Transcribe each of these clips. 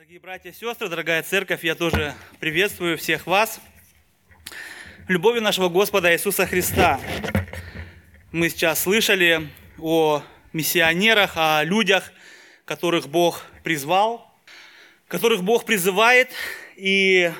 Дорогие братья и сестры, дорогая церковь, я тоже приветствую всех вас. Любовью нашего Господа Иисуса Христа. Мы сейчас слышали о миссионерах, о людях, которых Бог призвал, которых Бог призывает. И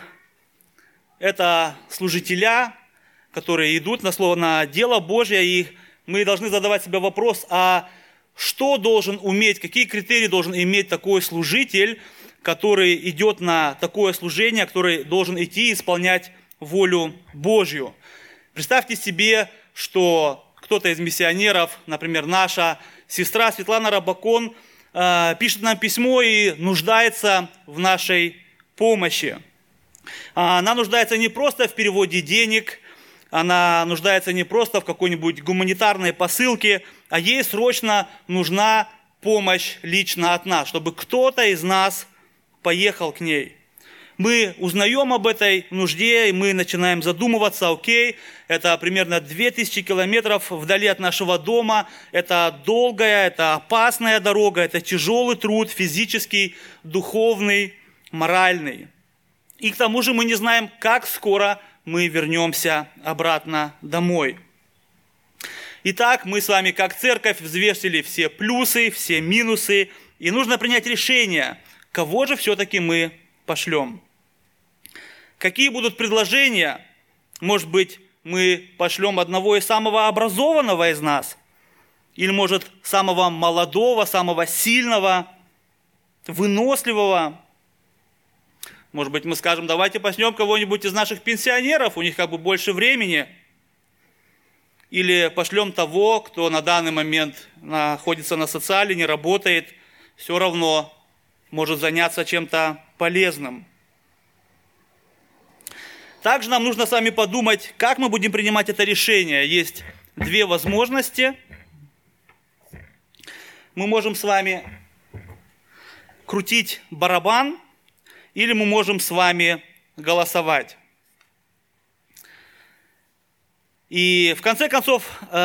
это служителя, которые идут на дело Божье. И мы должны задавать себе вопрос, а что должен уметь, какие критерии должен иметь такой служитель, который идет на такое служение, который должен идти исполнять волю Божью. Представьте себе, что кто-то из миссионеров, например, наша сестра Светлана Рабакон, пишет нам письмо и нуждается в нашей помощи. Она нуждается не просто в переводе денег, она нуждается не просто в какой-нибудь гуманитарной посылке, а ей срочно нужна помощь лично от нас, чтобы кто-то из нас поехал к ней. Мы узнаем об этой нужде, и мы начинаем задумываться, окей, это примерно 2000 километров вдали от нашего дома, это долгая, это опасная дорога, это тяжелый труд, физический, духовный, моральный. И к тому же мы не знаем, как скоро мы вернемся обратно домой. Итак, мы с вами как церковь взвесили все плюсы, все минусы, и нужно принять решение, кого же все-таки мы пошлем. Какие будут предложения? Может быть, мы пошлем одного из самого образованного из нас? Или, может, самого молодого, самого сильного, выносливого? Может быть, мы скажем, давайте пошлем кого-нибудь из наших пенсионеров, у них как бы больше времени. Или пошлем того, кто на данный момент находится на социале, не работает, все равно может заняться чем-то полезным. Также нам нужно с вами подумать, как мы будем принимать это решение. Есть две возможности. Мы можем с вами крутить барабан, или мы можем с вами голосовать. И в конце концов,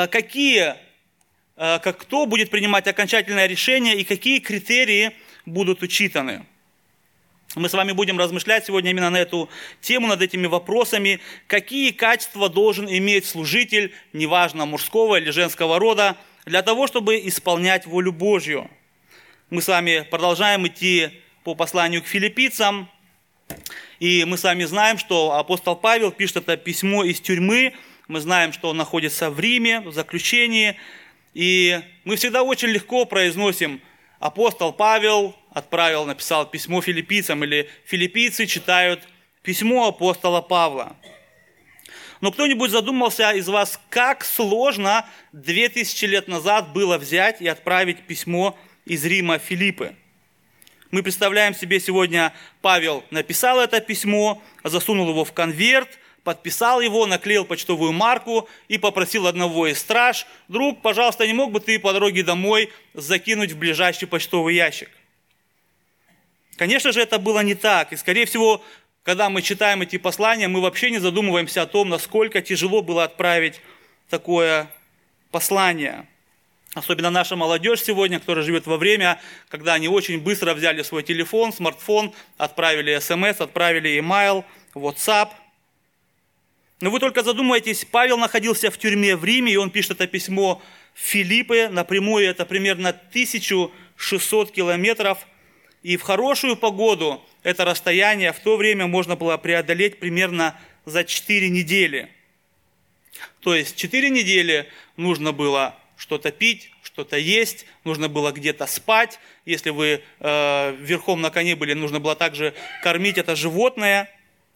кто будет принимать окончательное решение и какие критерии будут учитаны. Мы с вами будем размышлять сегодня именно на эту тему, над этими вопросами, какие качества должен иметь служитель, неважно мужского или женского рода, для того, чтобы исполнять волю Божью. Мы с вами продолжаем идти по посланию к филиппийцам, и мы с вами знаем, что апостол Павел пишет это письмо из тюрьмы, мы знаем, что он находится в Риме, в заключении, и мы всегда очень легко произносим: апостол Павел написал письмо филиппийцам, или филиппийцы читают письмо апостола Павла. Но кто-нибудь задумался из вас, как сложно 2000 лет назад было взять и отправить письмо из Рима в Филиппы? Мы представляем себе сегодня, Павел написал это письмо, засунул его в конверт, подписал его, наклеил почтовую марку и попросил одного из страж: друг, пожалуйста, не мог бы ты по дороге домой закинуть в ближайший почтовый ящик? Конечно же, это было не так. И, скорее всего, когда мы читаем эти послания, мы вообще не задумываемся о том, насколько тяжело было отправить такое послание. Особенно наша молодежь сегодня, которая живет во время, когда они очень быстро взяли свой телефон, смартфон, отправили смс, отправили email, WhatsApp. Но вы только задумайтесь, Павел находился в тюрьме в Риме, и он пишет это письмо в Филиппы, напрямую это примерно 1600 километров, и в хорошую погоду это расстояние в то время можно было преодолеть примерно за 4 недели. То есть 4 недели нужно было что-то пить, что-то есть, нужно было где-то спать. Если вы верхом на коне были, нужно было также кормить это животное.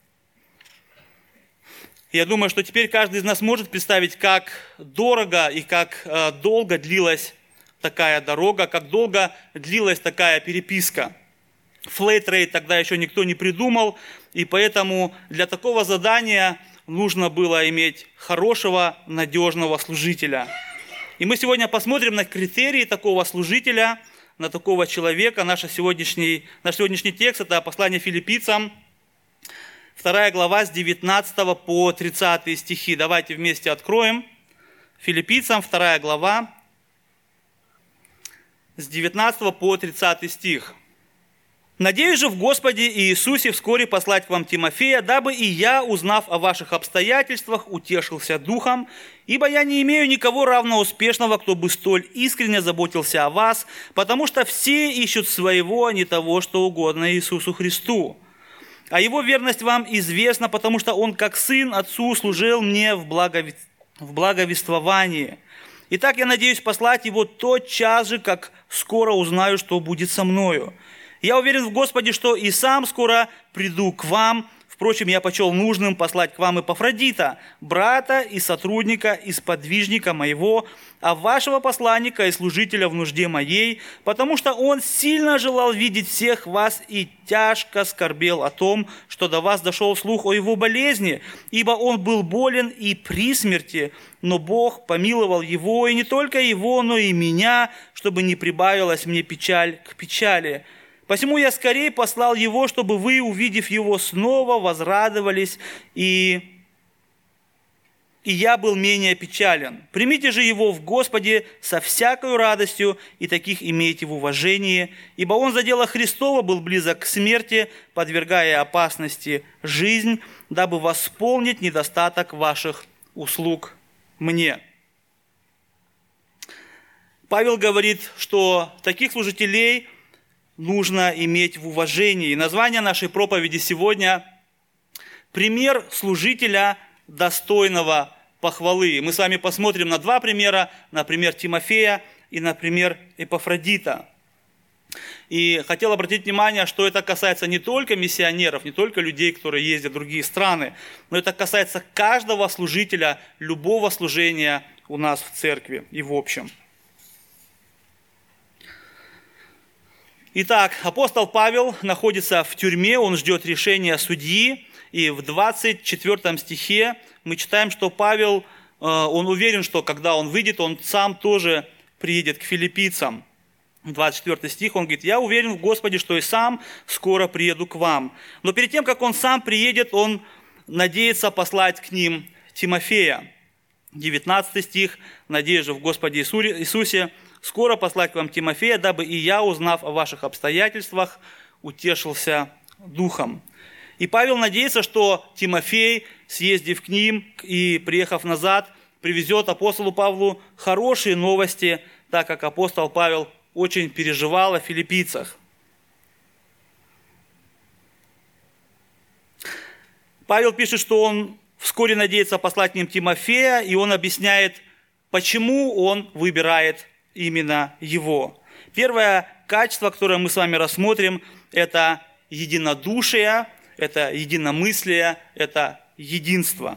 Я думаю, что теперь каждый из нас может представить, как дорого и как долго длилась такая дорога, как долго длилась такая переписка. Флейт-рейт тогда еще никто не придумал, и поэтому для такого задания нужно было иметь хорошего, надежного служителя. И мы сегодня посмотрим на критерии такого служителя, на такого человека. Наш сегодняшний текст – это послание филиппийцам, 2 глава с 19 по 30 стихи. Давайте вместе откроем. Филиппийцам, 2 глава, с 19 по 30 стих. Надеюсь же в Господе Иисусе вскоре послать к вам Тимофея, дабы и я, узнав о ваших обстоятельствах, утешился духом, ибо я не имею никого равно успешного, кто бы столь искренне заботился о вас, потому что все ищут своего, а не того, что угодно Иисусу Христу. А его верность вам известна, потому что он, как сын отцу, служил мне в благовествовании. Итак, я надеюсь послать его тотчас же, как скоро узнаю, что будет со мною. Я уверен в Господе, что и сам скоро приду к вам. Впрочем, я почел нужным послать к вам Эпафродита, брата и сотрудника, и сподвижника моего, а вашего посланника и служителя в нужде моей, потому что он сильно желал видеть всех вас и тяжко скорбел о том, что до вас дошел слух о его болезни, ибо он был болен и при смерти, но Бог помиловал его, и не только его, но и меня, чтобы не прибавилась мне печаль к печали. Посему я скорее послал его, чтобы вы, увидев его, снова возрадовались, и я был менее печален. Примите же его в Господе со всякой радостью, и таких имейте в уважении, ибо он за дело Христова был близок к смерти, подвергая опасности жизнь, дабы восполнить недостаток ваших услуг мне». Павел говорит, что таких служителей нужно иметь в уважении. И название нашей проповеди сегодня – «Пример служителя, достойного похвалы». Мы с вами посмотрим на два примера, на пример Тимофея и на пример Эпафродита. И хотел обратить внимание, что это касается не только миссионеров, не только людей, которые ездят в другие страны, но это касается каждого служителя, любого служения у нас в церкви и в общем. Итак, апостол Павел находится в тюрьме, он ждет решения судьи, и в 24 стихе мы читаем, что Павел, он уверен, что когда он выйдет, он сам тоже приедет к филиппийцам. 24 стих, он говорит: «Я уверен в Господе, что и сам скоро приеду к вам». Но перед тем, как он сам приедет, он надеется послать к ним Тимофея. 19 стих, «Надеюсь же в Господе Иисусе скоро послать к вам Тимофея, дабы и я, узнав о ваших обстоятельствах, утешился духом». И Павел надеется, что Тимофей, съездив к ним и приехав назад, привезет апостолу Павлу хорошие новости, так как апостол Павел очень переживал о филиппийцах. Павел пишет, что он вскоре надеется послать к ним Тимофея, и он объясняет, почему он выбирает именно его. Первое качество, которое мы с вами рассмотрим, это единодушие, это единомыслие, это единство.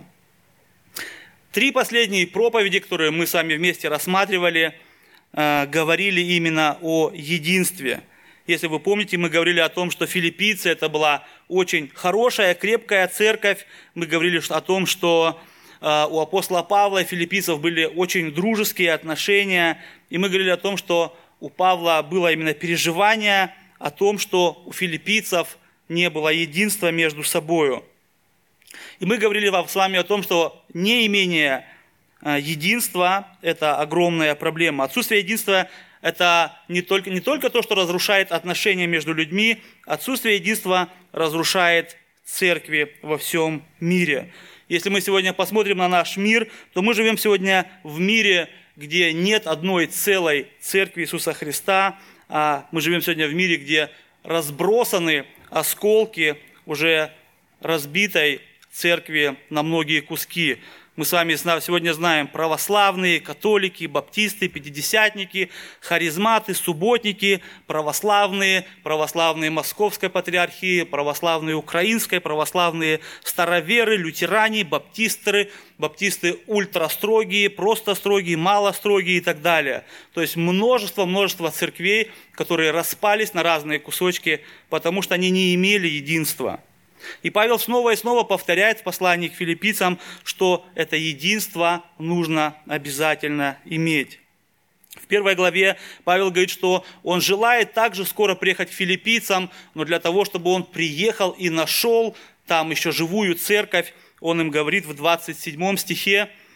Три последние проповеди, которые мы с вами вместе рассматривали, говорили именно о единстве. Если вы помните, мы говорили о том, что филиппийцы – это была очень хорошая, крепкая церковь. Мы говорили о том, что у апостола Павла и филиппийцев были очень дружеские отношения. И мы говорили о том, что у Павла было именно переживание о том, что у филиппийцев не было единства между собою. И мы говорили с вами о том, что неимение единства – это огромная проблема. Отсутствие единства – это не только то, что разрушает отношения между людьми, отсутствие единства разрушает церкви во всем мире. Если мы сегодня посмотрим на наш мир, то мы живем сегодня в мире, где нет одной целой церкви Иисуса Христа, а мы живем сегодня в мире, где разбросаны осколки уже разбитой церкви на многие куски. Мы с вами сегодня знаем православные, католики, баптисты, пятидесятники, харизматы, субботники, православные Московской Патриархии, православные Украинской, православные староверы, лютеране, баптисты ультрастрогие, просто строгие, малострогие и так далее. То есть множество церквей, которые распались на разные кусочки, потому что они не имели единства. И Павел снова и снова повторяет в послании к филиппийцам, что это единство нужно обязательно иметь. В 1 главе Павел говорит, что он желает также скоро приехать к филиппийцам, но для того, чтобы он приехал и нашел там еще живую церковь, он им говорит в 27 стихе: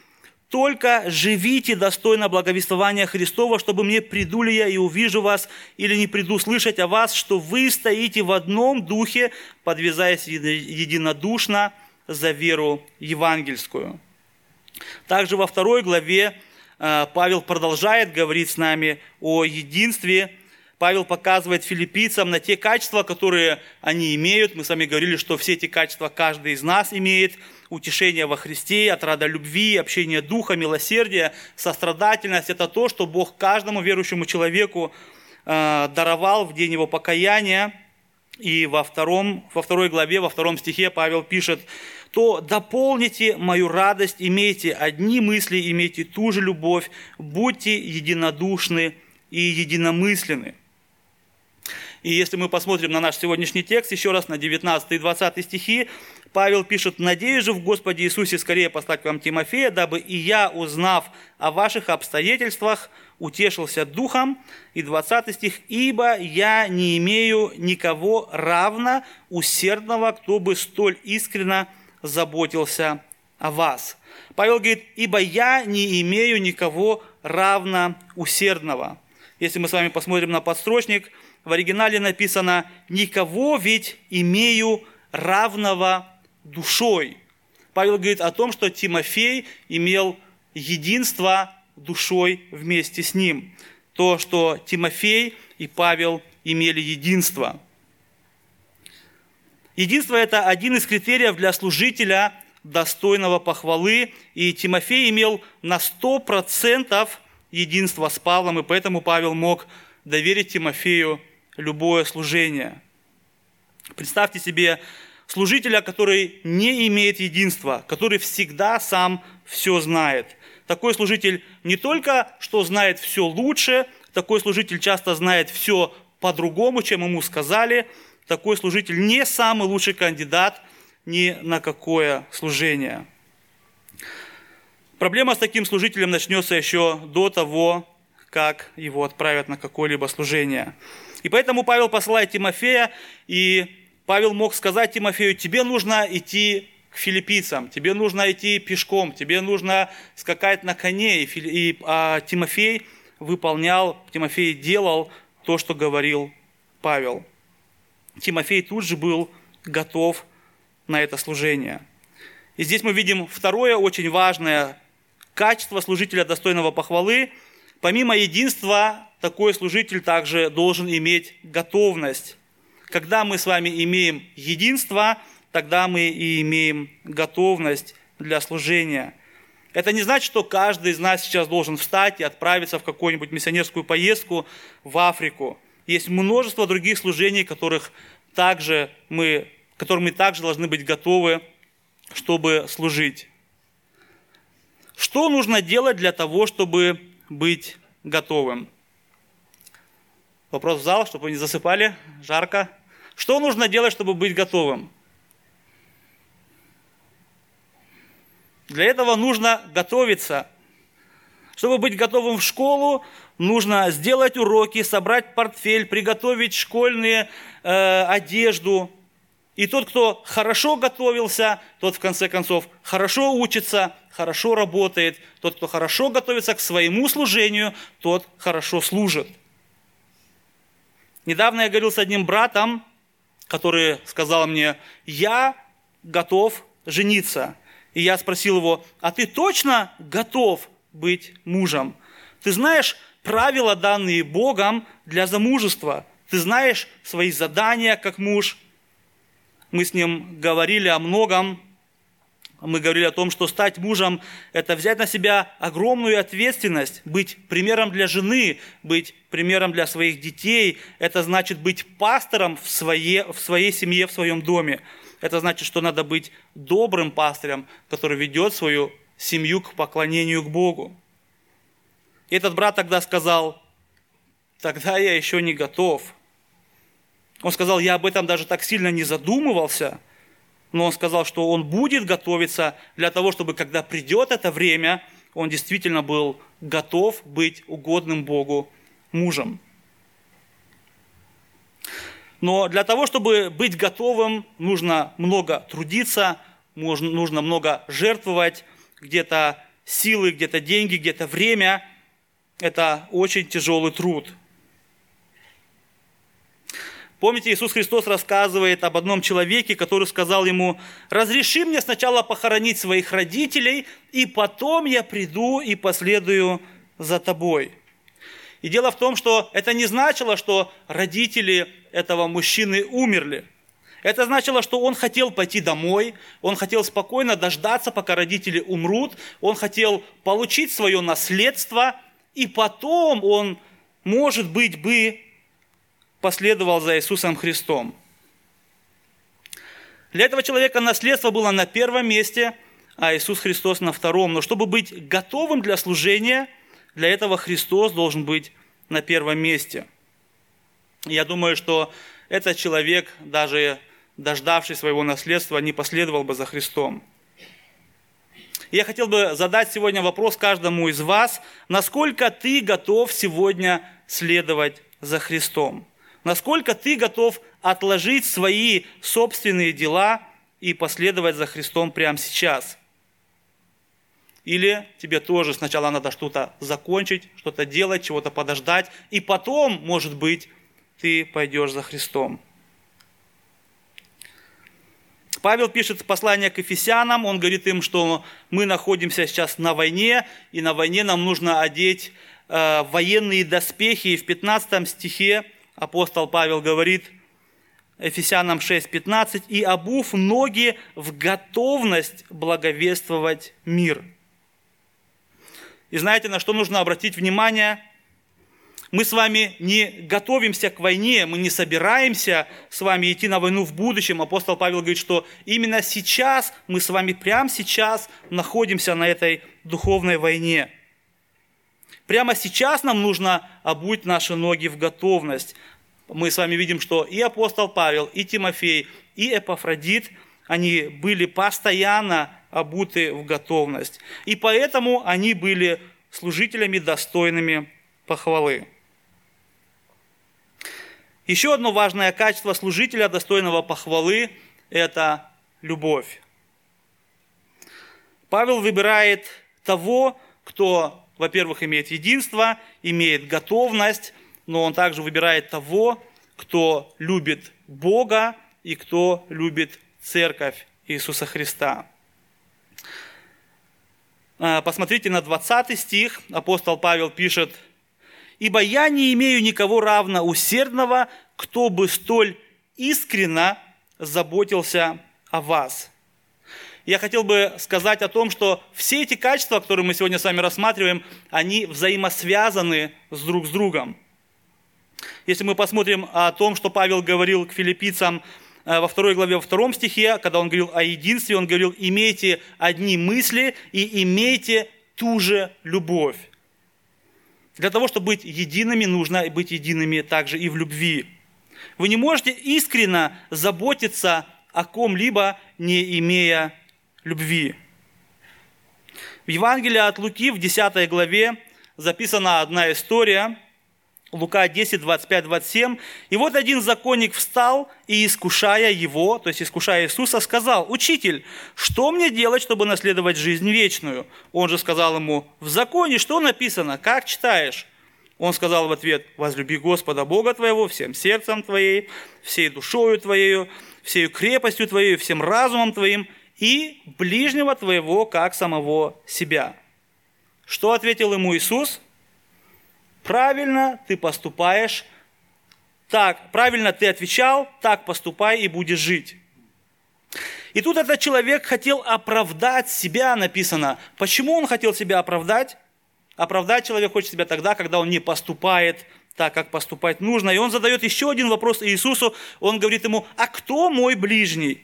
Только живите достойно благовествования Христова, чтобы мне приду ли я и увижу вас, или не приду слышать о вас, что вы стоите в одном духе, подвязаясь единодушно за веру евангельскую». Также во 2 главе Павел продолжает говорить с нами о единстве. Павел показывает филиппийцам на те качества, которые они имеют. Мы с вами говорили, что все эти качества каждый из нас имеет. Утешение во Христе, отрада любви, общение духа, милосердие, сострадательность. Это то, что Бог каждому верующему человеку даровал в день его покаяния. И во 2 главе, во 2 стихе Павел пишет: «То дополните мою радость, имейте одни мысли, имейте ту же любовь, будьте единодушны и единомысленны». И если мы посмотрим на наш сегодняшний текст, еще раз на 19 и 20 стихи, Павел пишет: «Надеюсь же в Господе Иисусе скорее послать вам Тимофея, дабы и я, узнав о ваших обстоятельствах, утешился духом». И 20 стих: «Ибо я не имею никого равно усердного, кто бы столь искренно заботился о вас». Павел говорит: «Ибо я не имею никого равно усердного». Если мы с вами посмотрим на подстрочник, в оригинале написано: «Никого ведь имею равного душой». Павел говорит о том, что Тимофей имел единство душой вместе с ним. То, что Тимофей и Павел имели единство. Единство – это один из критериев для служителя, достойного похвалы. И Тимофей имел на 100% единство с Павлом, и поэтому Павел мог доверить Тимофею любое служение. Представьте себе служителя, который не имеет единства, который всегда сам все знает. Такой служитель не только что знает все лучше, такой служитель часто знает все по-другому, чем ему сказали. Такой служитель не самый лучший кандидат ни на какое служение. Проблема с таким служителем начнется еще до того, как его отправят на какое-либо служение. И поэтому Павел посылает Тимофея, и Павел мог сказать Тимофею: тебе нужно идти к филиппийцам, тебе нужно идти пешком, тебе нужно скакать на коне. А Тимофей делал то, что говорил Павел. Тимофей тут же был готов на это служение. И здесь мы видим второе очень важное качество служителя, достойного похвалы. Помимо единства, такой служитель также должен иметь готовность. Когда мы с вами имеем единство, тогда мы и имеем готовность для служения. Это не значит, что каждый из нас сейчас должен встать и отправиться в какую-нибудь миссионерскую поездку в Африку. Есть множество других служений, которым мы также должны быть готовы, чтобы служить. Что нужно делать для того, чтобы быть готовым? Вопрос в зал, чтобы вы не засыпали, жарко. Что нужно делать, чтобы быть готовым? Для этого нужно готовиться. Чтобы быть готовым в школу, нужно сделать уроки, собрать портфель, приготовить школьную одежду. И тот, кто хорошо готовился, тот, в конце концов, хорошо учится, хорошо работает. Тот, кто хорошо готовится к своему служению, тот хорошо служит. Недавно я говорил с одним братом, который сказал мне: я готов жениться. И я спросил его: а ты точно готов быть мужем? Ты знаешь правила, данные Богом для замужества? Ты знаешь свои задания как муж? Мы с ним говорили о многом. Мы говорили о том, что стать мужем – это взять на себя огромную ответственность, быть примером для жены, быть примером для своих детей. Это значит быть пастором в своей семье, в своем доме. Это значит, что надо быть добрым пастырем, который ведет свою семью к поклонению к Богу. И этот брат тогда сказал: тогда я еще не готов. Он сказал: я об этом даже так сильно не задумывался, но он сказал, что он будет готовиться для того, чтобы, когда придет это время, он действительно был готов быть угодным Богу мужем. Но для того, чтобы быть готовым, нужно много трудиться, нужно много жертвовать, где-то силы, где-то деньги, где-то время. Это очень тяжелый труд. Помните, Иисус Христос рассказывает об одном человеке, который сказал ему: «Разреши мне сначала похоронить своих родителей, и потом я приду и последую за тобой». И дело в том, что это не значило, что родители этого мужчины умерли. Это значило, что он хотел пойти домой, он хотел спокойно дождаться, пока родители умрут, он хотел получить свое наследство, и потом он, может быть, бы последовал за Иисусом Христом. Для этого человека наследство было на первом месте, а Иисус Христос на втором. Но чтобы быть готовым для служения, для этого Христос должен быть на первом месте. Я думаю, что этот человек, даже дождавшись своего наследства, не последовал бы за Христом. Я хотел бы задать сегодня вопрос каждому из вас: насколько ты готов сегодня следовать за Христом? Насколько ты готов отложить свои собственные дела и последовать за Христом прямо сейчас? Или тебе тоже сначала надо что-то закончить, что-то делать, чего-то подождать, и потом, может быть, ты пойдешь за Христом? Павел пишет послание к Ефесянам, он говорит им, что мы находимся сейчас на войне, и на войне нам нужно одеть военные доспехи. И в 15 стихе апостол Павел говорит, Ефесянам 6:15, «И обув ноги в готовность благовествовать мир». И знаете, на что нужно обратить внимание? Мы с вами не готовимся к войне, мы не собираемся с вами идти на войну в будущем. Апостол Павел говорит, что именно сейчас, мы с вами прямо сейчас находимся на этой духовной войне. Прямо сейчас нам нужно обуть наши ноги в готовность. Мы с вами видим, что и апостол Павел, и Тимофей, и Эпафродит, они были постоянно обуты в готовность. И поэтому они были служителями, достойными похвалы. Еще одно важное качество служителя, достойного похвалы, это любовь. Павел выбирает того, кто, во-первых, имеет единство, имеет готовность, но он также выбирает того, кто любит Бога и кто любит Церковь Иисуса Христа. Посмотрите на 20 стих, апостол Павел пишет: «Ибо я не имею никого равно усердного, кто бы столь искренно заботился о вас». Я хотел бы сказать о том, что все эти качества, которые мы сегодня с вами рассматриваем, они взаимосвязаны друг с другом. Если мы посмотрим о том, что Павел говорил к филиппийцам во 2 главе, во 2 стихе, когда он говорил о единстве, он говорил: «Имейте одни мысли и имейте ту же любовь». Для того, чтобы быть едиными, нужно быть едиными также и в любви. Вы не можете искренне заботиться о ком-либо, не имея любви. В Евангелии от Луки в 10 главе записана одна история, Лука 10, 25-27. «И вот один законник встал и, искушая его, то есть искушая Иисуса, сказал: „Учитель, что мне делать, чтобы наследовать жизнь вечную?“ Он же сказал ему: „В законе что написано? Как читаешь?“ Он сказал в ответ: „Возлюби Господа Бога твоего всем сердцем твоей, всей душою твоею, всею крепостью твоей, всем разумом твоим, и ближнего твоего, как самого себя“». Что ответил ему Иисус? Правильно ты поступаешь, так, правильно ты отвечал, так поступай и будешь жить. И тут этот человек хотел оправдать себя, написано. Почему он хотел себя оправдать? Оправдать человек хочет себя тогда, когда он не поступает так, как поступать нужно. И он задает еще один вопрос Иисусу. Он говорит ему: «А кто мой ближний?»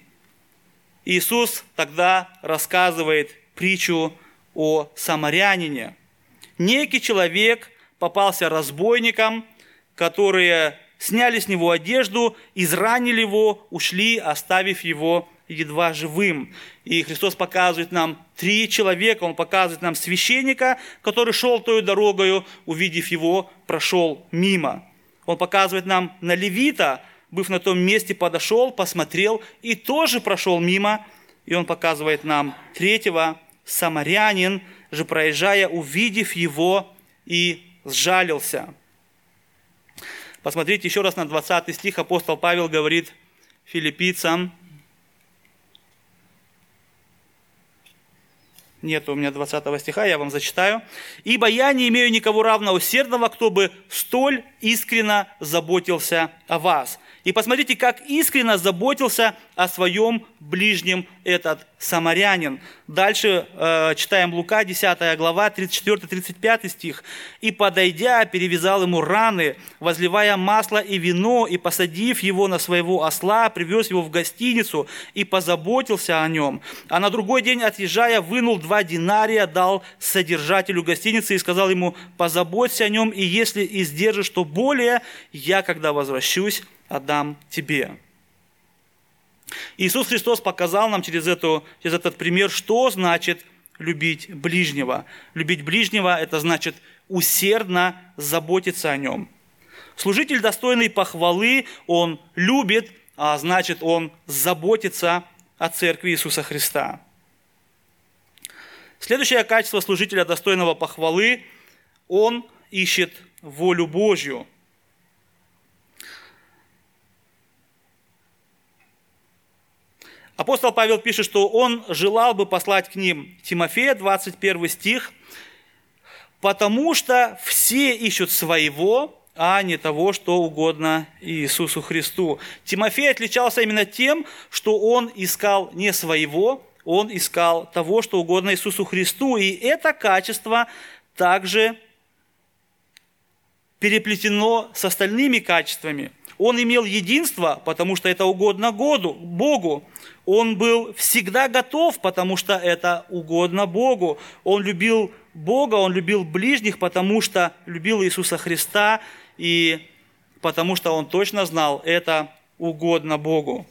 Иисус тогда рассказывает притчу о самарянине. Некий человек попался разбойникам, которые сняли с него одежду, изранили его, ушли, оставив его едва живым. И Христос показывает нам 3 человека. Он показывает нам священника, который шел той дорогою, увидев его, прошел мимо. Он показывает нам на левита, быв на том месте, подошел, посмотрел и тоже прошел мимо. И он показывает нам 3-го, самарянин, же, проезжая, увидев его, и сжалился». Посмотрите еще раз на 20 стих. Апостол Павел говорит филиппийцам. Нет у меня 20 стиха, я вам зачитаю. «Ибо я не имею никого равного усердного, кто бы столь искренно заботился о вас». И посмотрите, как искренно заботился о своем ближнем этот самарянин. Дальше читаем Лука, 10 глава, 34-35 стих. «И, подойдя, перевязал ему раны, возливая масло и вино, и, посадив его на своего осла, привез его в гостиницу и позаботился о нем. А на другой день, отъезжая, вынул 2 динария, дал содержателю гостиницы и сказал ему: позаботься о нем, и если издержишь что более, я, когда возвращусь, отдам тебе». Иисус Христос показал нам через этот пример, что значит любить ближнего. Любить ближнего – это значит усердно заботиться о нем. Служитель, достойный похвалы, он любит, а значит, он заботится о церкви Иисуса Христа. Следующее качество служителя, достойного похвалы – он ищет волю Божью. Апостол Павел пишет, что он желал бы послать к ним Тимофея, 21 стих, «потому что все ищут своего, а не того, что угодно Иисусу Христу». Тимофей отличался именно тем, что он искал не своего, он искал того, что угодно Иисусу Христу. И это качество также переплетено с остальными качествами. Он имел единство, потому что это угодно Богу. Он был всегда готов, потому что это угодно Богу. Он любил Бога, он любил ближних, потому что любил Иисуса Христа, и потому что он точно знал, это угодно Богу.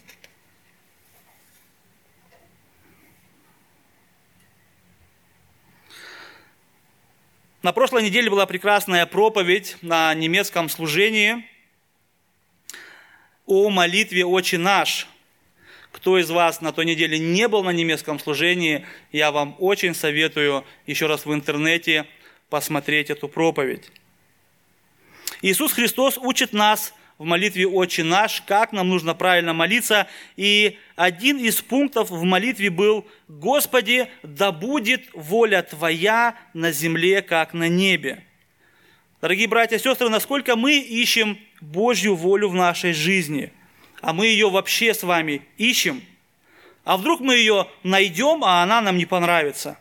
На прошлой неделе была прекрасная проповедь на немецком служении о молитве «Отче наш». Кто из вас на той неделе не был на немецком служении, я вам очень советую еще раз в интернете посмотреть эту проповедь. Иисус Христос учит нас в молитве «Отче наш», как нам нужно правильно молиться. И один из пунктов в молитве был: «Господи, да будет воля Твоя на земле, как на небе». Дорогие братья и сестры, насколько мы ищем Божью волю в нашей жизни, а мы ее вообще с вами ищем, а вдруг мы ее найдем, а она нам не понравится.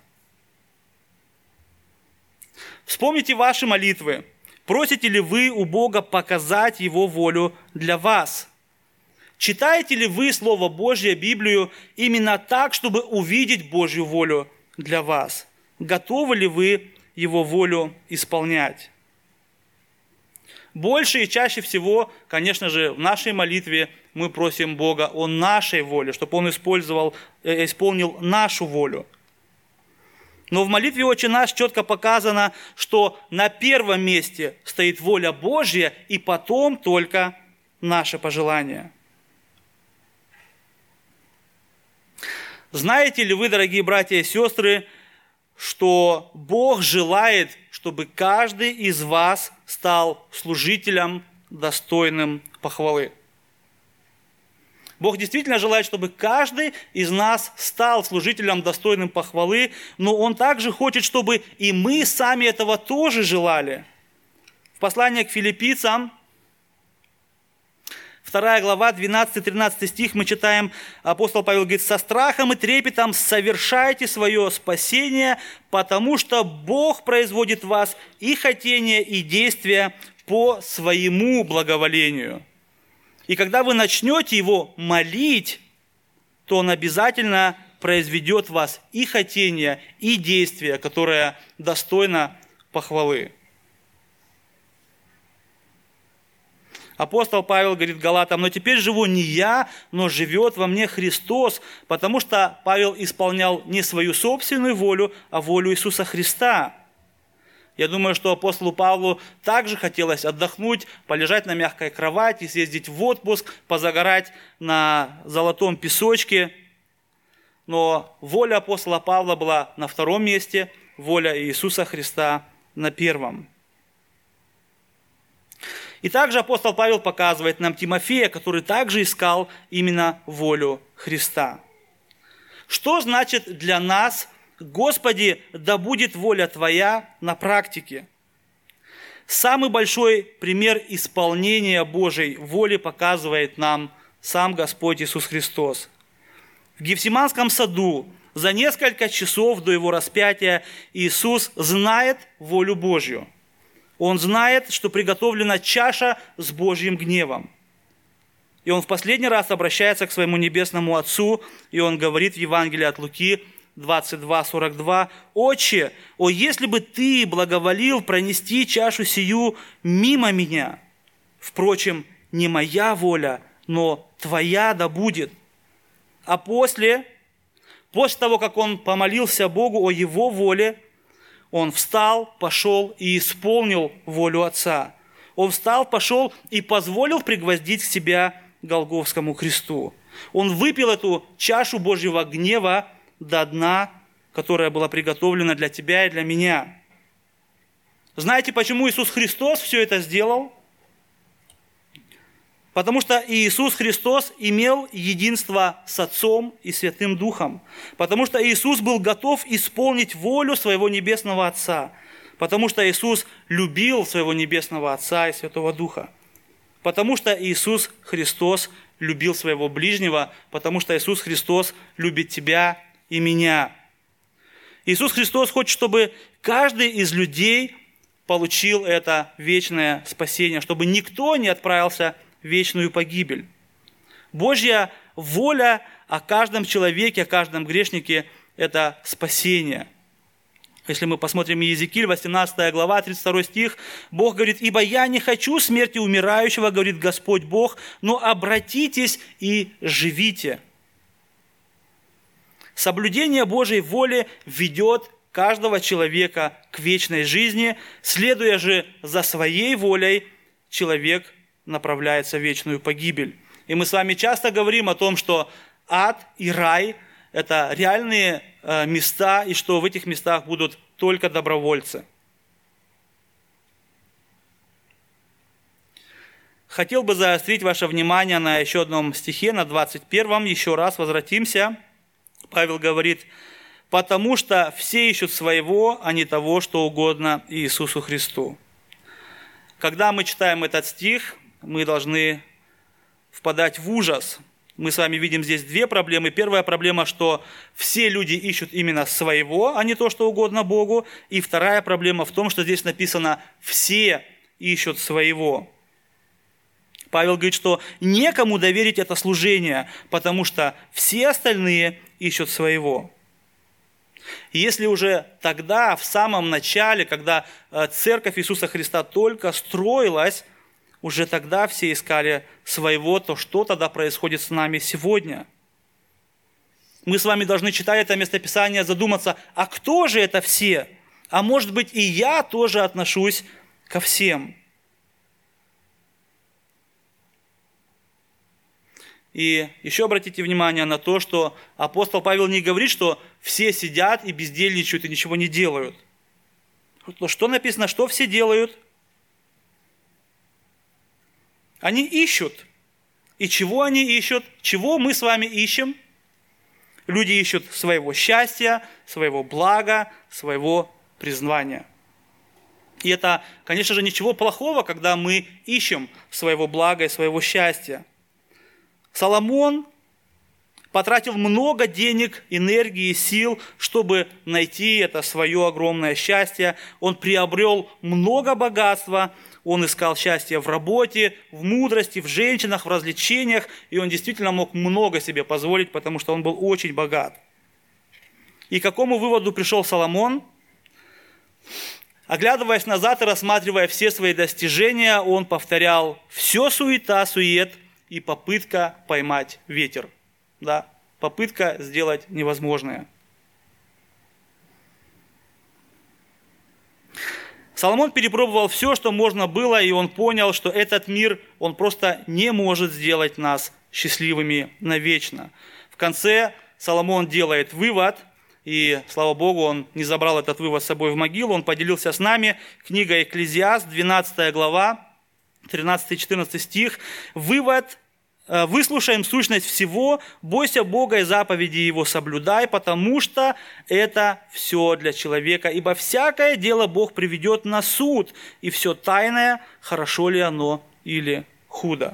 Вспомните ваши молитвы. Просите ли вы у Бога показать Его волю для вас? Читаете ли вы Слово Божье, Библию, именно так, чтобы увидеть Божью волю для вас? Готовы ли вы Его волю исполнять? Больше и чаще всего, конечно же, в нашей молитве мы просим Бога о нашей воле, чтобы Он исполнил нашу волю. Но в молитве «Отче наш» четко показано, что на первом месте стоит воля Божья, и потом только наше пожелание. Знаете ли вы, дорогие братья и сестры, что Бог желает, чтобы каждый из вас стал служителем, достойным похвалы? Бог действительно желает, чтобы каждый из нас стал служителем, достойным похвалы, но Он также хочет, чтобы и мы сами этого тоже желали. В послании к филиппийцам, 2 глава, 12-13 стих, мы читаем, апостол Павел говорит: «Со страхом и трепетом совершайте свое спасение, потому что Бог производит в вас и хотение, и действия по своему благоволению». И когда вы начнете Его молить, то Он обязательно произведет в вас и хотение, и действие, которое достойно похвалы. Апостол Павел говорит Галатам: «Но теперь живу не я, но живет во мне Христос», потому что Павел исполнял не свою собственную волю, а волю Иисуса Христа. Я думаю, что апостолу Павлу также хотелось отдохнуть, полежать на мягкой кровати, съездить в отпуск, позагорать на золотом песочке. Но воля апостола Павла была на втором месте, воля Иисуса Христа на первом. И также апостол Павел показывает нам Тимофея, который также искал именно волю Христа. Что значит для нас: «Господи, да будет воля Твоя» на практике? Самый большой пример исполнения Божьей воли показывает нам сам Господь Иисус Христос. В Гефсиманском саду за несколько часов до Его распятия Иисус знает волю Божью. Он знает, что приготовлена чаша с Божьим гневом. И Он в последний раз обращается к Своему Небесному Отцу, и Он говорит в Евангелии от Луки 22:42: «Отче, о, если бы Ты благоволил пронести чашу сию мимо меня! Впрочем, не моя воля, но Твоя да будет». А после того, как Он помолился Богу о Его воле, Он встал, пошел и исполнил волю Отца. Он встал, пошел и позволил пригвоздить себя к Голгофскому кресту. Он выпил эту чашу Божьего гнева до дна, которая была приготовлена для тебя и для меня. Знаете, почему Иисус Христос все это сделал? Потому что Иисус Христос имел единство с Отцом и Святым Духом. Потому что Иисус был готов исполнить волю своего Небесного Отца. Потому что Иисус любил своего Небесного Отца и Святого Духа. Потому что Иисус Христос любил своего ближнего. Потому что Иисус Христос любит тебя и меня. Иисус Христос хочет, чтобы каждый из людей получил это вечное спасение, чтобы никто не отправился в вечную погибель. Божья воля о каждом человеке, о каждом грешнике – это спасение. Если мы посмотрим Иезекииль, 18 глава, 32 стих, Бог говорит: «Ибо я не хочу смерти умирающего, говорит Господь Бог, но обратитесь и живите». Соблюдение Божьей воли ведет каждого человека к вечной жизни, следуя же за своей волей, человек направляется в вечную погибель. И мы с вами часто говорим о том, что ад и рай – это реальные места, и что в этих местах будут только добровольцы. Хотел бы заострить ваше внимание на еще одном стихе, на 21-м, еще раз возвратимся. Павел говорит: «Потому что все ищут своего, а не того, что угодно Иисусу Христу». Когда мы читаем этот стих, мы должны впадать в ужас. Мы с вами видим здесь две проблемы. Первая проблема, что все люди ищут именно своего, а не то, что угодно Богу. И вторая проблема в том, что здесь написано: все ищут своего. Павел говорит, что некому доверить это служение, потому что все остальные ищут своего. И если уже тогда, в самом начале, когда церковь Иисуса Христа только строилась, уже тогда все искали своего, то что тогда происходит с нами сегодня? Мы с вами должны, читая это местописание, задуматься: а кто же это все? А может быть, и я тоже отношусь ко всем? И еще обратите внимание на то, что апостол Павел не говорит, что все сидят и бездельничают и ничего не делают. Что написано, что все делают? Они ищут. И чего они ищут? Чего мы с вами ищем? Люди ищут своего счастья, своего блага, своего призвания. И это, конечно же, ничего плохого, когда мы ищем своего блага и своего счастья. Соломон потратил много денег, энергии и сил, чтобы найти это свое огромное счастье. Он приобрел много богатства, он искал счастье в работе, в мудрости, в женщинах, в развлечениях, и он действительно мог много себе позволить, потому что он был очень богат. И к какому выводу пришел Соломон? Оглядываясь назад и рассматривая все свои достижения, он повторял: «Все суета, сует и попытка поймать ветер». Да, попытка сделать невозможное. Соломон перепробовал все, что можно было, и он понял, что этот мир, он просто не может сделать нас счастливыми навечно. В конце Соломон делает вывод: и, слава Богу, он не забрал этот вывод с собой в могилу, он поделился с нами. Книга Экклезиаст, 12 глава, 13-14 стих. Вывод: «Выслушаем сущность всего, бойся Бога и заповеди Его соблюдай, потому что это все для человека. Ибо всякое дело Бог приведет на суд, и все тайное, хорошо ли оно или худо».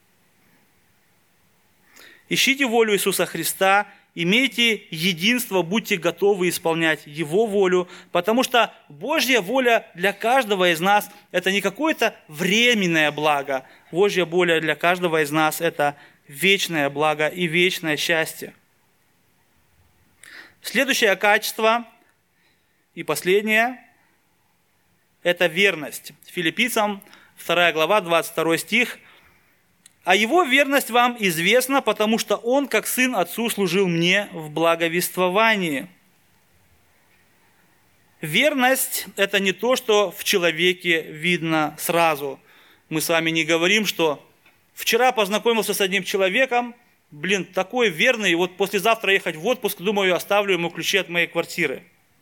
Ищите волю Иисуса Христа, имейте единство, будьте готовы исполнять Его волю, потому что Божья воля для каждого из нас – это не какое-то временное благо. Божья воля для каждого из нас – это вечное благо и вечное счастье. Следующее качество и последнее – это верность. Филиппийцам 2 глава, 22 стих. «А его верность вам известна, потому что он, как сын отцу, служил мне в благовествовании». Верность – это не то, что в человеке видно сразу. Мы с вами не говорим, что вчера познакомился с одним человеком, такой верный, и вот послезавтра ехать в отпуск, думаю, оставлю ему ключи от моей квартиры.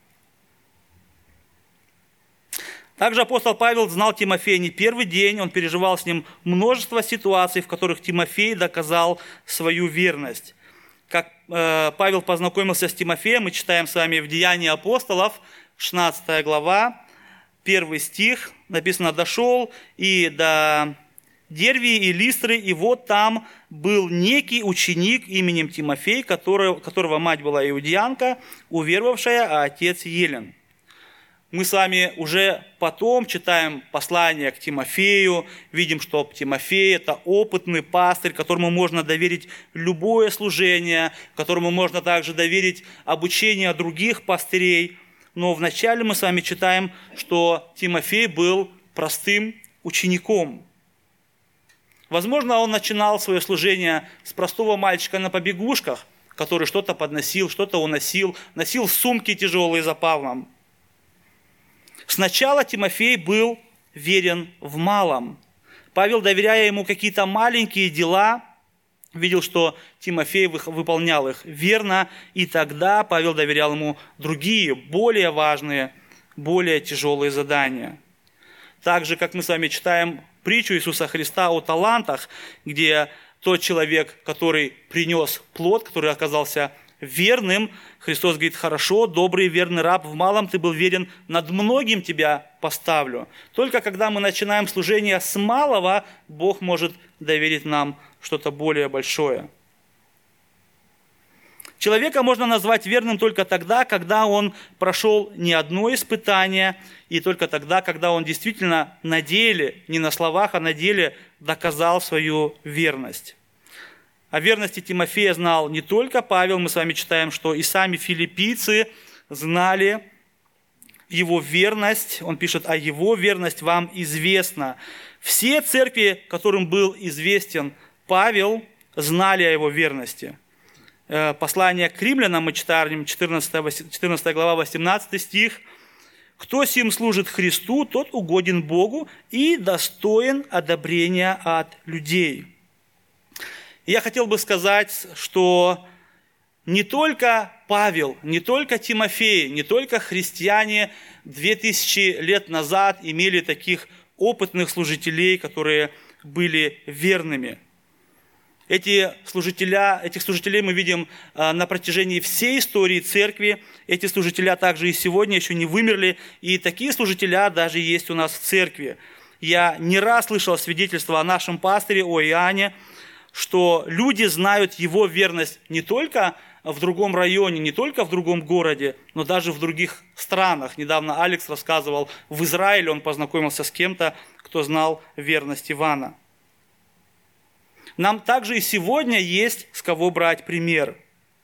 Также апостол Павел знал Тимофея не первый день, он переживал с ним множество ситуаций, в которых Тимофей доказал свою верность. Как Павел познакомился с Тимофеем, мы читаем с вами в Деянии апостолов, 16 глава, 1 стих, написано: «Дошел и до Дервии и Листры, и вот там был некий ученик именем Тимофей, которого мать была иудеянка, уверовавшая, а отец Елен». Мы с вами уже потом читаем послание к Тимофею, видим, что Тимофей – это опытный пастырь, которому можно доверить любое служение, которому можно также доверить обучение других пастырей. Но вначале мы с вами читаем, что Тимофей был простым учеником. Возможно, он начинал свое служение с простого мальчика на побегушках, который что-то подносил, что-то уносил, носил сумки тяжелые за Павлом. Сначала Тимофей был верен в малом. Павел, доверяя ему какие-то маленькие дела, видел, что Тимофей выполнял их верно, и тогда Павел доверял ему другие, более важные, более тяжелые задания. Так же, как мы с вами читаем притчу Иисуса Христа о талантах, где тот человек, который принес плод, который оказался верным, Христос говорит: «Хорошо, добрый и верный раб, в малом ты был верен, над многим тебя поставлю». Только когда мы начинаем служение с малого, Бог может доверить нам что-то более большое. Человека можно назвать верным только тогда, когда он прошел не одно испытание, и только тогда, когда он действительно на деле, не на словах, а на деле доказал свою верность. О верности Тимофея знал не только Павел, мы с вами читаем, что и сами филиппийцы знали его верность. Он пишет: «А его верность вам известна». Все церкви, которым был известен Павел, знали о его верности. Послание к римлянам мы читаем, 14 глава, 18 стих. «Кто сим служит Христу, тот угоден Богу и достоин одобрения от людей». Я хотел бы сказать, что не только Павел, не только Тимофей, не только христиане 2000 лет назад имели таких опытных служителей, которые были верными. Этих служителей мы видим на протяжении всей истории церкви. Эти служителя также и сегодня еще не вымерли, и такие служителя даже есть у нас в церкви. Я не раз слышал свидетельства о нашем пастыре, о Иоанне, что люди знают его верность не только в другом районе, не только в другом городе, но даже в других странах. Недавно Алекс рассказывал, в Израиле он познакомился с кем-то, кто знал верность Ивана. Нам также и сегодня есть с кого брать пример.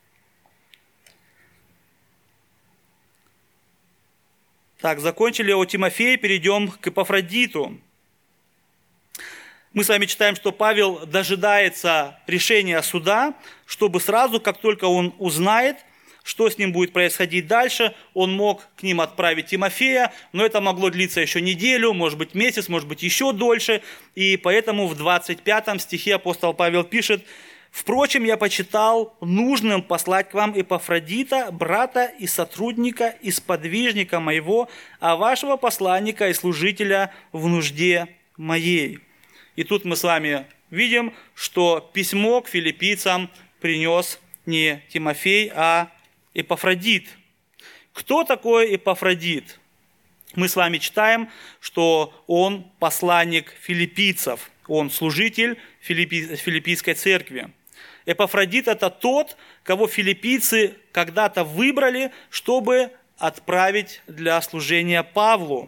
Так, закончили о Тимофее, перейдем к Эпафродиту. Мы с вами читаем, что Павел дожидается решения суда, чтобы сразу, как только он узнает, что с ним будет происходить дальше, он мог к ним отправить Тимофея, но это могло длиться еще неделю, может быть месяц, может быть еще дольше. И поэтому в 25 стихе апостол Павел пишет: Впрочем, я почитал нужным послать к вам Эпафродита, брата и сотрудника, и сподвижника моего, а вашего посланника и служителя в нужде моей». И тут мы с вами видим, что письмо к филиппийцам принес не Тимофей, а Эпафродит. Кто такой Эпафродит? Мы с вами читаем, что он посланник филиппийцев, он служитель филиппийской церкви. Эпафродит – это тот, кого филиппийцы когда-то выбрали, чтобы отправить для служения Павлу.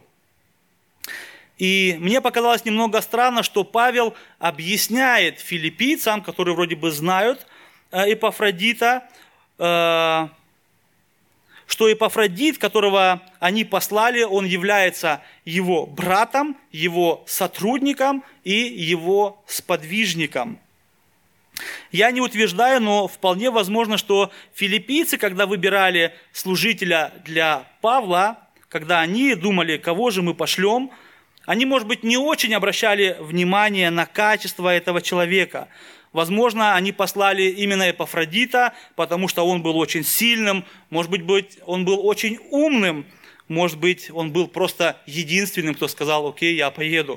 И мне показалось немного странно, что Павел объясняет филиппийцам, которые вроде бы знают Эпафродита, что Эпафродит, которого они послали, он является его братом, его сотрудником и его сподвижником. Я не утверждаю, но вполне возможно, что филиппийцы, когда выбирали служителя для Павла, когда они думали, кого же мы пошлем, они, может быть, не очень обращали внимание на качество этого человека. Возможно, они послали именно Эпафродита, потому что он был очень сильным, может быть, он был очень умным, может быть, он был просто единственным, кто сказал: «Окей, я поеду».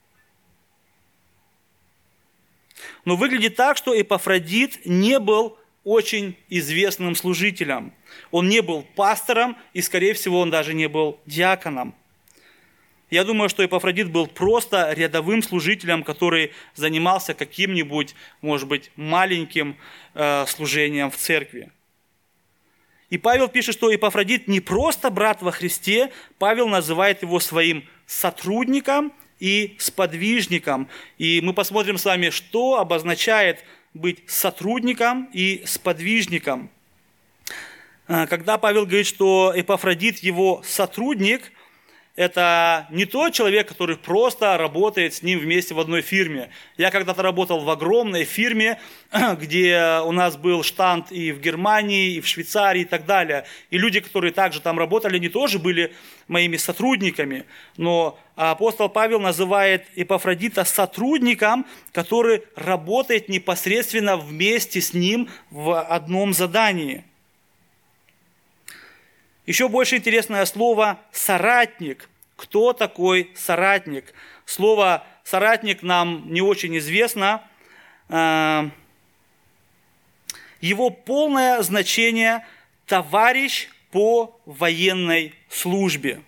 Но выглядит так, что Эпафродит не был очень известным служителем. Он не был пастором, и, скорее всего, он даже не был диаконом. Я думаю, что Эпафродит был просто рядовым служителем, который занимался каким-нибудь, может быть, маленьким служением в церкви. И Павел пишет, что Эпафродит не просто брат во Христе, Павел называет его своим сотрудником и сподвижником. И мы посмотрим с вами, что обозначает быть сотрудником и сподвижником. Когда Павел говорит, что Эпафродит его сотрудник, это не тот человек, который просто работает с ним вместе в одной фирме. Я когда-то работал в огромной фирме, где у нас был штанд и в Германии, и в Швейцарии, и так далее. И люди, которые также там работали, они тоже были моими сотрудниками. Но апостол Павел называет Эпафродита сотрудником, который работает непосредственно вместе с ним в одном задании. Еще больше интересное слово «соратник». Кто такой соратник? Слово «соратник» нам не очень известно. Его полное значение – товарищ по военной службе.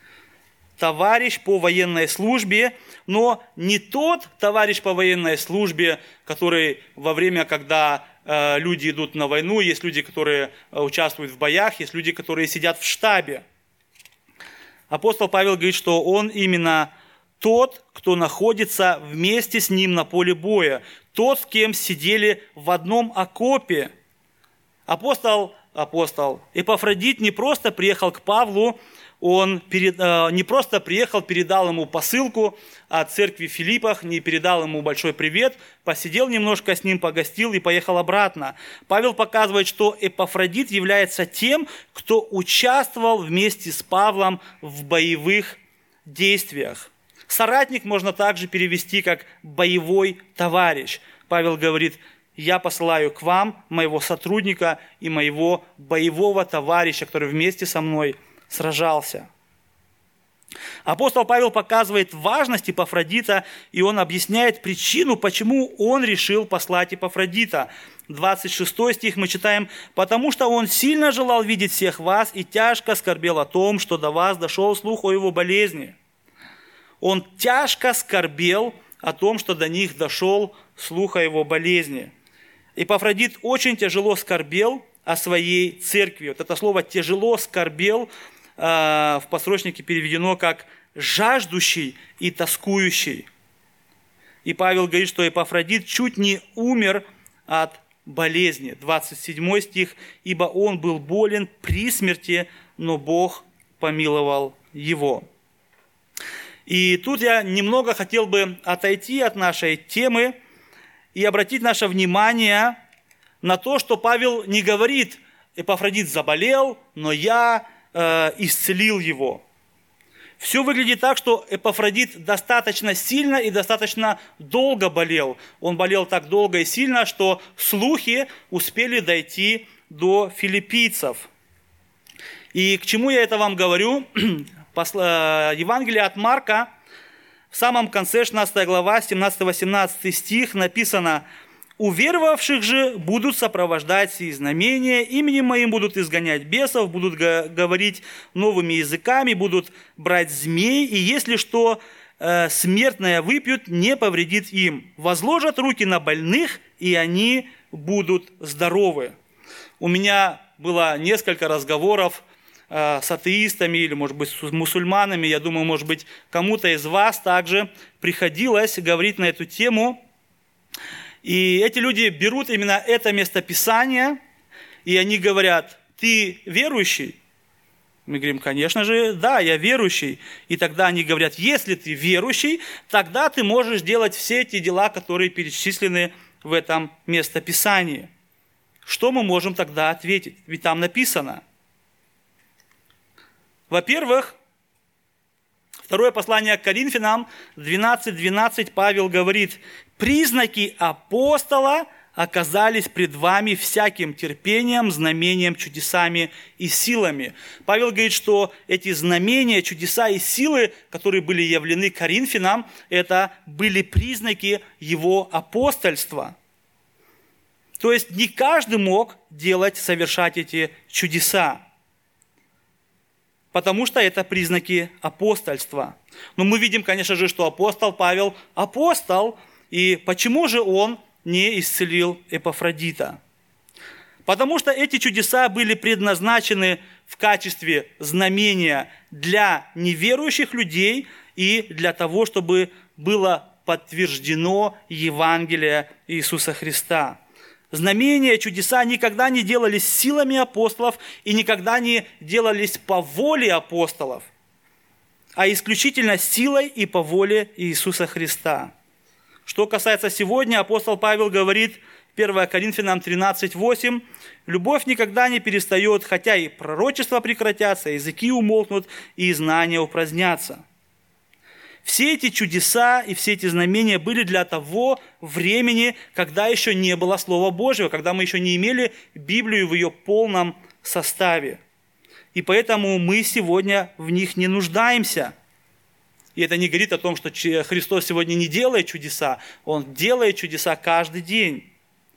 Товарищ по военной службе, но не тот товарищ по военной службе, который во время, когда люди идут на войну, есть люди, которые участвуют в боях, есть люди, которые сидят в штабе. Апостол Павел говорит, что он именно тот, кто находится вместе с ним на поле боя, тот, с кем сидели в одном окопе. Апостол Эпафродит не просто приехал к Павлу, он не просто приехал, передал ему посылку от церкви в Филиппах, не передал ему большой привет, посидел немножко с ним, погостил и поехал обратно. Павел показывает, что Эпафродит является тем, кто участвовал вместе с Павлом в боевых действиях. Соратник можно также перевести как боевой товарищ. Павел говорит: «Я посылаю к вам моего сотрудника и моего боевого товарища, который вместе со мной сражался». Апостол Павел показывает важность Эпафродита, и он объясняет причину, почему он решил послать Эпафродита. 26 стих мы читаем: «Потому что он сильно желал видеть всех вас и тяжко скорбел о том, что до вас дошел слух о его болезни». Он тяжко скорбел о том, что до них дошел слух о его болезни. Эпафродит очень тяжело скорбел о своей церкви. Вот это слово «тяжело скорбел» в подсрочнике переведено как «жаждущий и тоскующий». И Павел говорит, что Эпафродит чуть не умер от болезни. 27 стих: «Ибо он был болен при смерти, но Бог помиловал его». И тут я немного хотел бы отойти от нашей темы и обратить наше внимание на то, что Павел не говорит: Эпафродит заболел, но я исцелил его. все выглядит так, что Эпафродит достаточно сильно и достаточно долго болел. Он болел так долго и сильно, что слухи успели дойти до филиппийцев. И к чему я это вам говорю? Евангелие от Марка, в самом конце 16 глава, 17-18 стих написано: «Уверовавших же будут сопровождать сии знамения, именем моим будут изгонять бесов, будут говорить новыми языками, будут брать змей, и если что смертное выпьют, не повредит им. Возложат руки на больных, и они будут здоровы». У меня было несколько разговоров с атеистами или, может быть, с мусульманами. Я думаю, может быть, кому-то из вас также приходилось говорить на эту тему. И эти люди берут именно это местописание, и они говорят: «Ты верующий?» Мы говорим: «Конечно же, да, я верующий». И тогда они говорят: «Если ты верующий, тогда ты можешь делать все эти дела, которые перечислены в этом местописании». Что мы можем тогда ответить? Ведь там написано. Во-первых, второе послание к Коринфянам, 12:12, Павел говорит: «Признаки апостола оказались пред вами всяким терпением, знамением, чудесами и силами». Павел говорит, что эти знамения, чудеса и силы, которые были явлены Коринфянам, это были признаки его апостольства. То есть не каждый мог совершать эти чудеса, потому что это признаки апостольства. Но мы видим, конечно же, что апостол Павел – апостол, и почему же он не исцелил Эпафродита? Потому что эти чудеса были предназначены в качестве знамения для неверующих людей и для того, чтобы было подтверждено Евангелие Иисуса Христа. Знамения, чудеса никогда не делались силами апостолов и никогда не делались по воле апостолов, а исключительно силой и по воле Иисуса Христа. Что касается сегодня, апостол Павел говорит, 1 Коринфянам 13:8, «Любовь никогда не перестает, хотя и пророчества прекратятся, языки умолкнут, и знания упразднятся». Все эти чудеса и все эти знамения были для того времени, когда еще не было Слова Божьего, когда мы еще не имели Библию в ее полном составе. И поэтому мы сегодня в них не нуждаемся. И это не говорит о том, что Христос сегодня не делает чудеса. Он делает чудеса каждый день.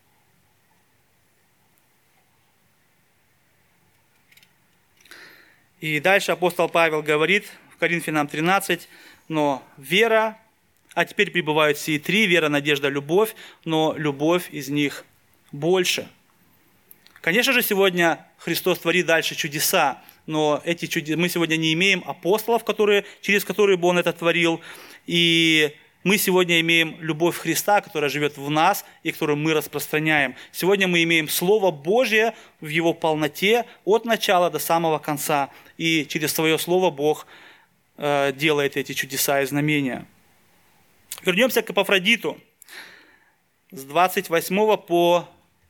И дальше апостол Павел говорит в Коринфянам 13, «Но вера, а теперь пребывают сии три: вера, надежда, любовь, но любовь из них больше». Конечно же, сегодня Христос творит дальше чудеса, но мы сегодня не имеем апостолов, через которые бы Он это творил, и мы сегодня имеем любовь Христа, которая живет в нас и которую мы распространяем. Сегодня мы имеем Слово Божье в Его полноте от начала до самого конца, и через Свое Слово Бог делает эти чудеса и знамения. Вернемся к Эпафродиту. С 28 по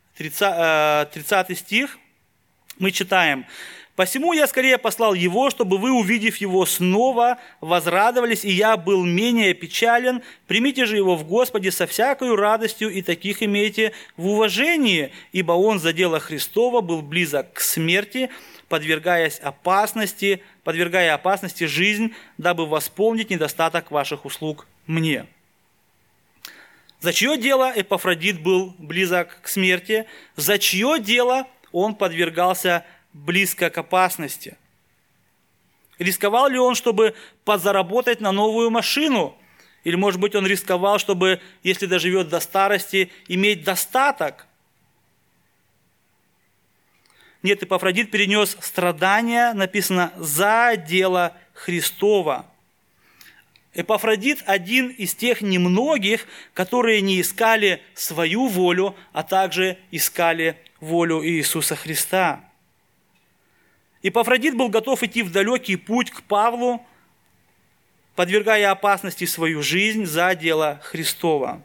30 стих мы читаем: «Посему я скорее послал его, чтобы вы, увидев его, снова возрадовались, и я был менее печален. Примите же его в Господе со всякою радостью, и таких имейте в уважении, ибо он за дело Христово был близок к смерти, подвергая опасности жизнь, дабы восполнить недостаток ваших услуг мне». За чье дело Эпафродит был близок к смерти? За чье дело он подвергался близко к опасности? Рисковал ли он, чтобы подзаработать на новую машину? Или, может быть, он рисковал, чтобы, если доживет до старости, иметь достаток? Нет, Эпафродит перенес страдания, написано, за дело Христово. Эпафродит – один из тех немногих, которые не искали свою волю, а также искали волю Иисуса Христа. Эпафродит был готов идти в далекий путь к Павлу, подвергая опасности свою жизнь за дело Христово.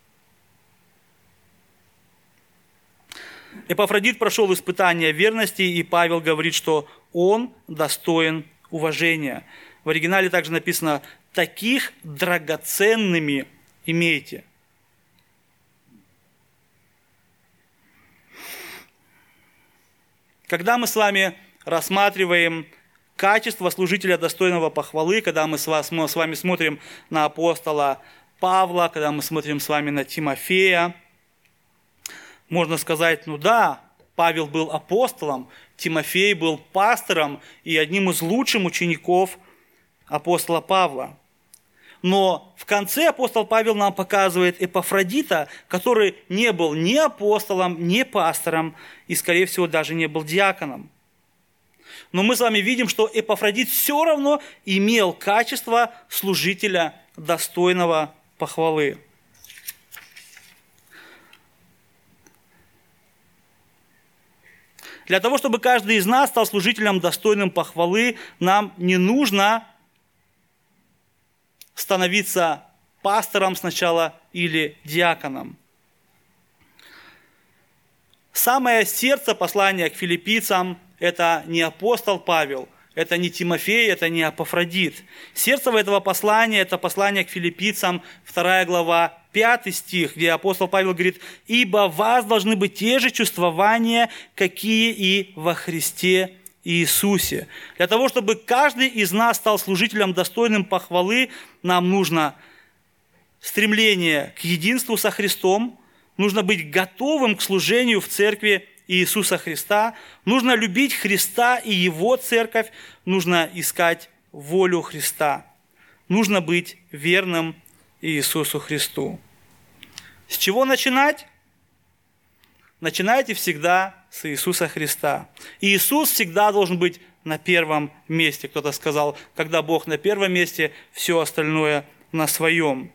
Эпафродит прошел испытание верности, и Павел говорит, что он достоин уважения. В оригинале также написано «таких драгоценными имейте». Когда мы с вами рассматриваем качество служителя, достойного похвалы, когда мы с вами смотрим на апостола Павла, когда мы смотрим с вами на Тимофея, можно сказать, ну да, Павел был апостолом, Тимофей был пастором и одним из лучших учеников апостола Павла. Но в конце апостол Павел нам показывает Эпафродита, который не был ни апостолом, ни пастором и, скорее всего, даже не был диаконом. Но мы с вами видим, что Эпафродит все равно имел качество служителя, достойного похвалы. Для того, чтобы каждый из нас стал служителем, достойным похвалы, нам не нужно становиться пастором сначала или диаконом. Самое сердце послания к филиппийцам – это не апостол Павел, это не Тимофей, это не Эпафродит. Сердце этого послания – это послание к филиппийцам, 2 глава, 5 стих, где апостол Павел говорит: «Ибо в вас должны быть те же чувствования, какие и во Христе Иисусе». Для того, чтобы каждый из нас стал служителем, достойным похвалы, нам нужно стремление к единству со Христом, нужно быть готовым к служению в церкви Иисуса Христа, нужно любить Христа и Его церковь, нужно искать волю Христа, нужно быть верным Иисусу Христу. С чего начинать? Начинайте всегда с Иисуса Христа. Иисус всегда должен быть на первом месте. Кто-то сказал, когда Бог на первом месте, все остальное на своем.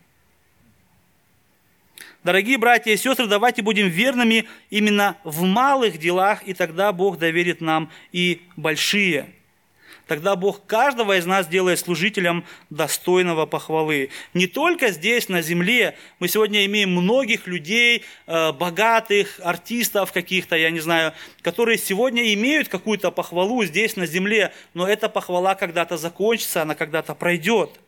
Дорогие братья и сестры, давайте будем верными именно в малых делах, и тогда Бог доверит нам и большие. Тогда Бог каждого из нас делает служителем достойного похвалы. Не только здесь, на земле. Мы сегодня имеем многих людей, богатых, артистов каких-то, я не знаю, которые сегодня имеют какую-то похвалу здесь, на земле, но эта похвала когда-то закончится, она когда-то пройдет.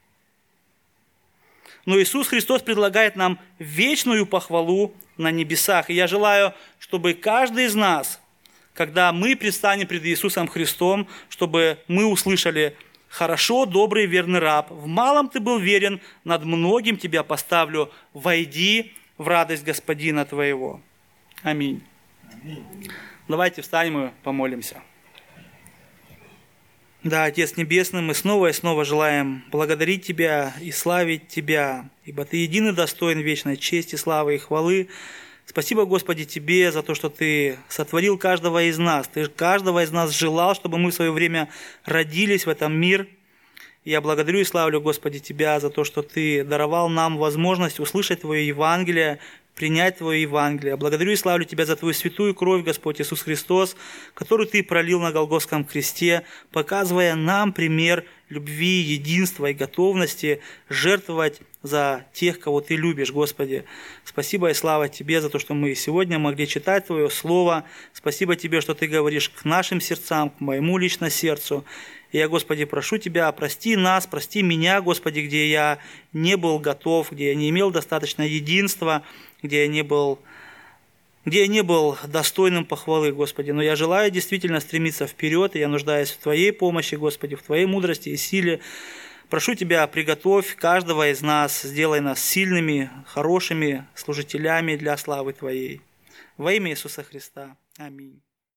Но Иисус Христос предлагает нам вечную похвалу на небесах. И я желаю, чтобы каждый из нас, когда мы предстанем пред Иисусом Христом, чтобы мы услышали: «Хорошо, добрый, верный раб, в малом ты был верен, над многим тебя поставлю, войди в радость Господина твоего». Аминь. Аминь. Давайте встанем и помолимся. Да, Отец Небесный, мы снова и снова желаем благодарить Тебя и славить Тебя, ибо Ты единый достоин вечной чести, славы и хвалы. Спасибо, Господи, Тебе за то, что Ты сотворил каждого из нас. Ты каждого из нас желал, чтобы мы в свое время родились в этом мир. Я благодарю и славлю, Господи, Тебя за то, что Ты даровал нам возможность услышать Твое Евангелие, принять Твое Евангелие. Благодарю и славлю Тебя за Твою святую кровь, Господь Иисус Христос, которую Ты пролил на Голгофском кресте, показывая нам пример любви, единства и готовности жертвовать за тех, кого Ты любишь, Господи. Спасибо и слава Тебе за то, что мы сегодня могли читать Твое Слово. Спасибо Тебе, что Ты говоришь к нашим сердцам, к моему лично сердцу. И я, Господи, прошу Тебя, прости нас, прости меня, Господи, где я не был готов, где я не имел достаточно единства, где я не был достойным похвалы, Господи. Но я желаю действительно стремиться вперед, и я нуждаюсь в Твоей помощи, Господи, в Твоей мудрости и силе. Прошу Тебя, приготовь каждого из нас, сделай нас сильными, хорошими служителями для славы Твоей. Во имя Иисуса Христа. Аминь.